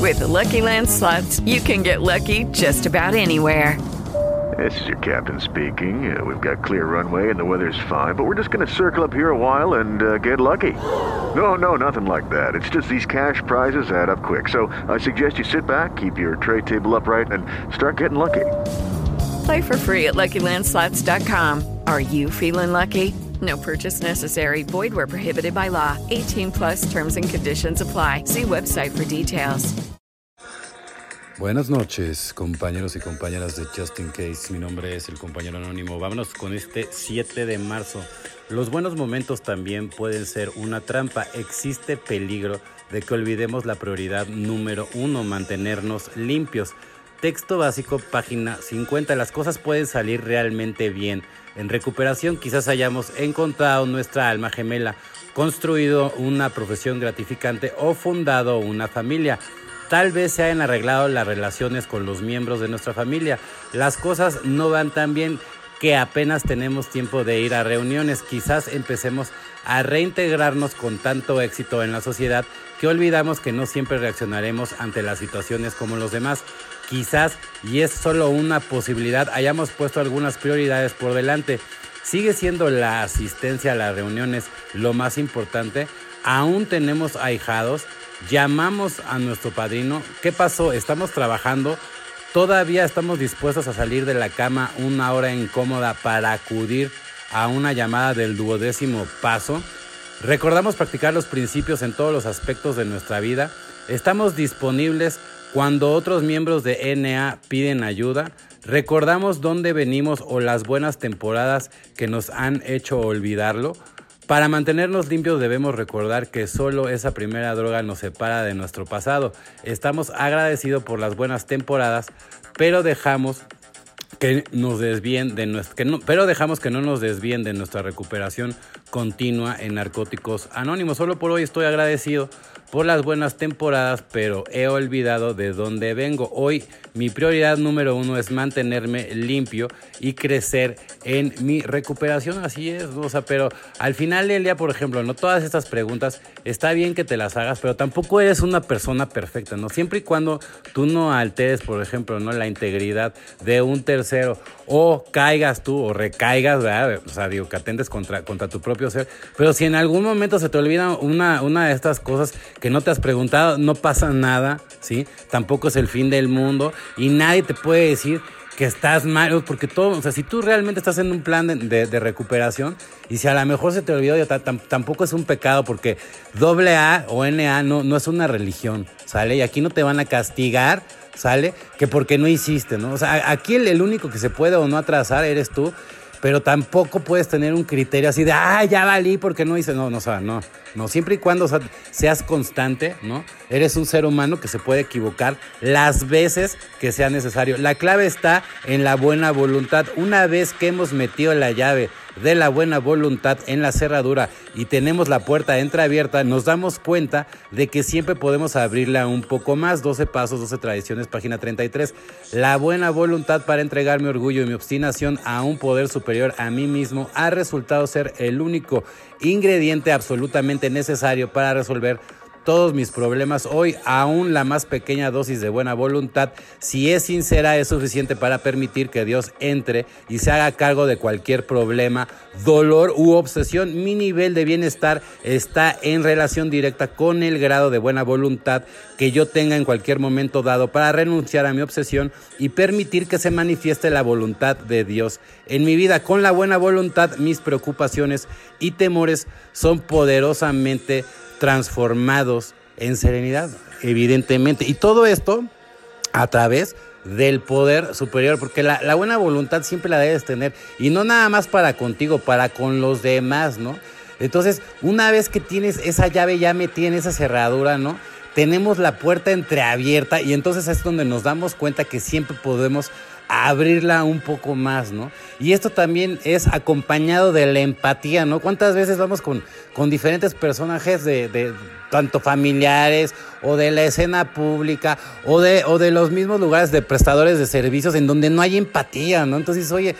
With the Lucky Land Slots, you can get lucky just about anywhere. This is your captain speaking. We've got clear runway and the weather's fine, but we're just going to circle up here a while and get lucky. No, nothing like that. It's just these cash prizes add up quick. So I suggest you sit back, keep your tray table upright, and start getting lucky. Play for free at LuckyLandSlots.com. Are you feeling lucky? No purchase necessary. Void where prohibited by law. 18 plus terms and conditions apply. See website for details. Buenas noches, compañeros y compañeras de Just In Case. Mi nombre es el compañero anónimo. Vámonos con este 7 de marzo. Los buenos momentos también pueden ser una trampa. Existe peligro de que olvidemos la prioridad número 1, mantenernos limpios. Texto básico, página 50. Las cosas pueden salir realmente bien. En recuperación quizás hayamos encontrado nuestra alma gemela, construido una profesión gratificante o fundado una familia. Tal vez se hayan arreglado las relaciones con los miembros de nuestra familia. Las cosas no van tan bien que apenas tenemos tiempo de ir a reuniones. Quizás empecemos a reintegrarnos con tanto éxito en la sociedad que olvidamos que no siempre reaccionaremos ante las situaciones como los demás. Quizás, y es solo una posibilidad, hayamos puesto algunas prioridades por delante. ¿Sigue siendo la asistencia a las reuniones lo más importante? ¿Aún tenemos ahijados? ¿Llamamos a nuestro padrino? ¿Qué pasó? ¿Estamos trabajando? ¿Todavía estamos dispuestos a salir de la cama una hora incómoda para acudir a una llamada del 12º paso? ¿Recordamos practicar los principios en todos los aspectos de nuestra vida? ¿Estamos disponibles cuando otros miembros de NA piden ayuda? ¿Recordamos dónde venimos o las buenas temporadas que nos han hecho olvidarlo? Para mantenernos limpios debemos recordar que solo esa primera droga nos separa de nuestro pasado. Estamos agradecidos por las buenas temporadas, pero dejamos que no nos desvíen de nuestra recuperación continua en Narcóticos Anónimos. Solo por hoy estoy agradecido por las buenas temporadas, pero he olvidado de dónde vengo. Hoy mi prioridad número 1 es mantenerme limpio y crecer en mi recuperación. Así es, ¿no? O sea, pero al final del día, por ejemplo, no todas estas preguntas está bien que te las hagas, pero tampoco eres una persona perfecta, ¿no? Siempre y cuando tú no alteres, por ejemplo, ¿no?, la integridad de un tercero, o caigas tú o recaigas, ¿verdad? O sea, digo, que atentes contra tu propio ser. Pero si en algún momento se te olvida una de estas cosas que no te has preguntado, no pasa nada, ¿sí? Tampoco es el fin del mundo y nadie te puede decir que estás mal, porque todo, o sea, si tú realmente estás en un plan de recuperación y si a lo mejor se te olvidó, tampoco es un pecado, porque AA o NA no es una religión, ¿sale? Y aquí no te van a castigar, ¿sale? Que porque no hiciste, ¿no? O sea, aquí el único que se puede o no atrasar eres tú, pero tampoco puedes tener un criterio así de, ya valí porque no hice. No, siempre y cuando, o sea, seas constante, ¿no? Eres un ser humano que se puede equivocar las veces que sea necesario. La clave está en la buena voluntad. Una vez que hemos metido la llave de la buena voluntad en la cerradura y tenemos la puerta entreabierta, nos damos cuenta de que siempre podemos abrirla un poco más. 12 pasos, 12 tradiciones, página 33. La buena voluntad para entregar mi orgullo y mi obstinación a un poder superior a mí mismo ha resultado ser el único ingrediente absolutamente necesario para resolver todos mis problemas. Hoy, aún la más pequeña dosis de buena voluntad, si es sincera, es suficiente para permitir que Dios entre y se haga cargo de cualquier problema, dolor u obsesión. Mi nivel de bienestar está en relación directa con el grado de buena voluntad que yo tenga en cualquier momento dado para renunciar a mi obsesión y permitir que se manifieste la voluntad de Dios en mi vida. Con la buena voluntad, mis preocupaciones y temores son poderosamente transformados en serenidad, evidentemente. Y todo esto a través del poder superior, porque la buena voluntad siempre la debes tener, y no nada más para contigo, para con los demás, ¿no? Entonces, una vez que tienes esa llave ya metida en esa cerradura, ¿no?, tenemos la puerta entreabierta, y entonces es donde nos damos cuenta que siempre podemos abrirla un poco más, ¿no? Y esto también es acompañado de la empatía, ¿no? ¿Cuántas veces vamos con diferentes personajes de tanto familiares o de la escena pública o de los mismos lugares de prestadores de servicios en donde no hay empatía, ¿no? Entonces, oye,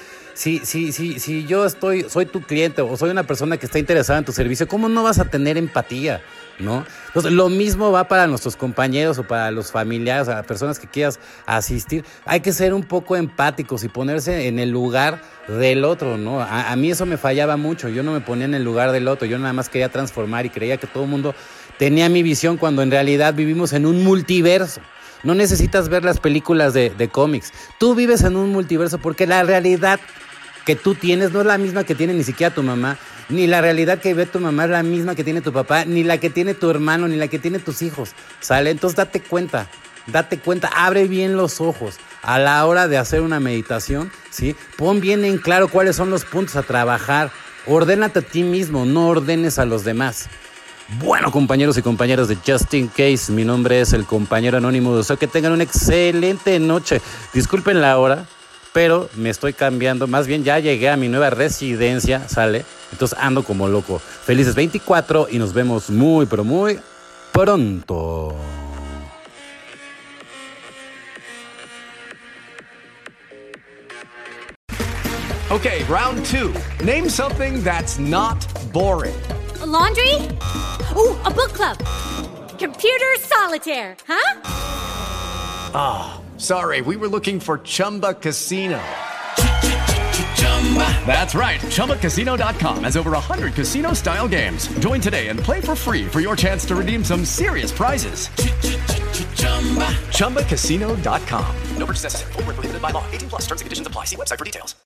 si yo soy tu cliente o soy una persona que está interesada en tu servicio, ¿cómo no vas a tener empatía? ¿no? Entonces, lo mismo va para nuestros compañeros o para los familiares, a las personas que quieras asistir. Hay que ser un poco empáticos y ponerse en el lugar del otro, ¿no? A mí eso me fallaba mucho. Yo no me ponía en el lugar del otro. Yo nada más quería transformar y creía que todo el mundo tenía mi visión cuando en realidad vivimos en un multiverso. No necesitas ver las películas de cómics. Tú vives en un multiverso porque la realidad que tú tienes no es la misma que tiene ni siquiera tu mamá, ni la realidad que ve tu mamá es la misma que tiene tu papá, ni la que tiene tu hermano, ni la que tiene tus hijos, ¿sale? Entonces date cuenta, abre bien los ojos a la hora de hacer una meditación, ¿sí? Pon bien en claro cuáles son los puntos a trabajar, ordénate a ti mismo, no ordenes a los demás. Bueno, compañeros y compañeras de Just In Case, mi nombre es el compañero anónimo. Deseo que tengan una excelente noche. Disculpen la hora, pero me estoy cambiando. Más bien ya llegué a mi nueva residencia, ¿sale? Entonces ando como loco. Felices 24 y nos vemos muy, pero muy pronto. Okay, round 2. Name something that's not boring. A laundry? Ooh, a book club. Computer solitaire, huh? Ah, sorry, we were looking for Chumba Casino. That's right, ChumbaCasino.com has over 100 casino-style games. Join today and play for free for your chance to redeem some serious prizes. ChumbaCasino.com. No purchase necessary. Void where prohibited by law. 18+ terms and conditions apply. See website for details.